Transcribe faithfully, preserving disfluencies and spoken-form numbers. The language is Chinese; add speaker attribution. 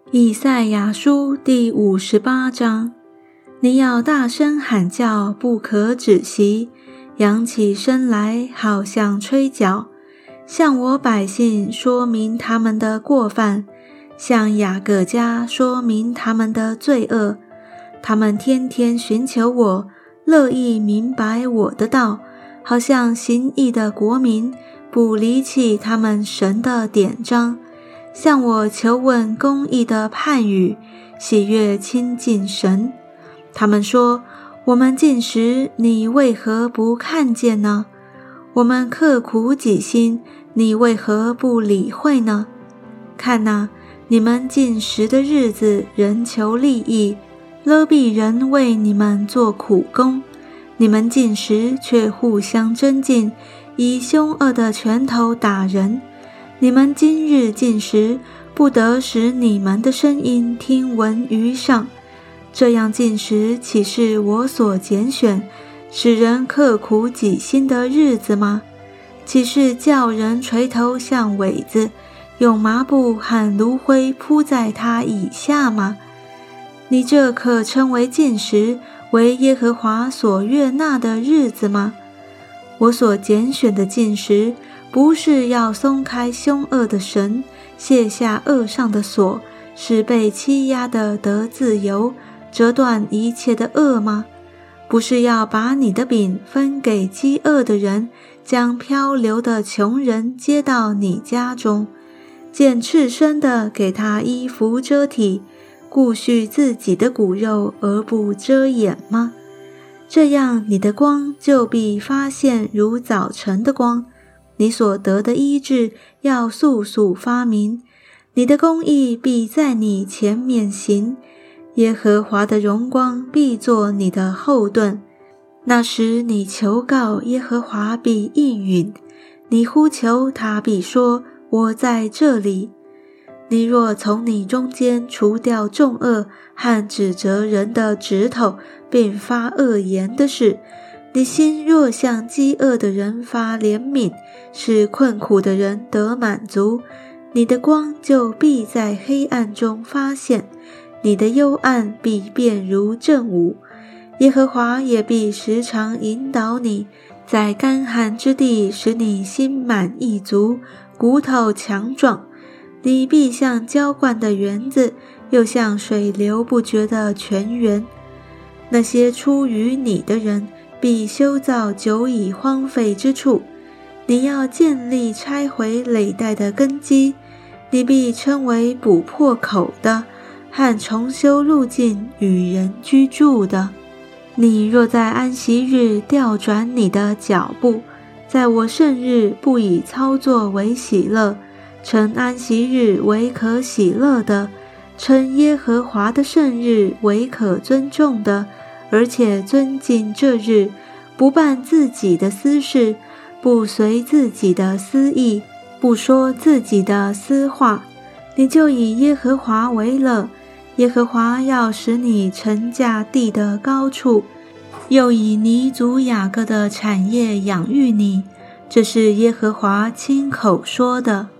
Speaker 1: 以赛亚书第五十八章，你要大声喊叫，不可止息，扬起声来，好像吹角，向我百姓说明他们的过犯，向雅各家说明他们的罪恶。他们天天寻求我，乐意明白我的道，好像行义的国民，不离弃他们神的典章，向我求问公义的判语，喜悦亲近神。他们说，我们禁食，你为何不看见呢？我们刻苦己心，你为何不理会呢？看哪，你们禁食的日子，人求利益，勒庇人为你们做苦工。你们禁食，却互相争竞，以凶恶的拳头打人。你们今日禁食，不得使你们的声音听闻于上。这样禁食，岂是我所拣选，使人刻苦己心的日子吗？岂是叫人垂头像苇子，用麻布和炉灰铺在他以下吗？你这可称为禁食，为耶和华所悦纳的日子吗？我所拣选的禁食，不是要松开凶恶的绳，卸下恶上的锁，使被欺压的得自由，折断一切的恶吗？不是要把你的饼分给饥饿的人，将漂流的穷人接到你家中，见赤身的给他衣服遮体，顾恤自己的骨肉而不遮掩吗？这样你的光就必发现如早晨的光，你所得的医治要速速发明，你的公义必在你前面行，耶和华的荣光必作你的后盾。那时你求告，耶和华必应允，你呼求，他必说，我在这里。你若从你中间除掉重恶和指责人的指头，并发恶言的事，你心若向饥饿的人发怜悯，使困苦的人得满足，你的光就必在黑暗中发现，你的幽暗必变如正午。耶和华也必时常引导你，在干旱之地使你心满意足，骨头强壮。你必像浇灌的园子，又像水流不绝的泉源。那些出于你的人，必修造久已荒废之处。你要建立拆毁累代的根基，你必称为补破口的，和重修路径与人居住的。你若在安息日调转你的脚步，在我圣日不以操作为喜乐，称安息日为可喜乐的，称耶和华的圣日为可尊重的，而且尊敬这日，不办自己的私事，不随自己的私意，不说自己的私话，你就以耶和华为乐。耶和华要使你乘驾地的高处，又以你祖雅各的产业养育你，这是耶和华亲口说的。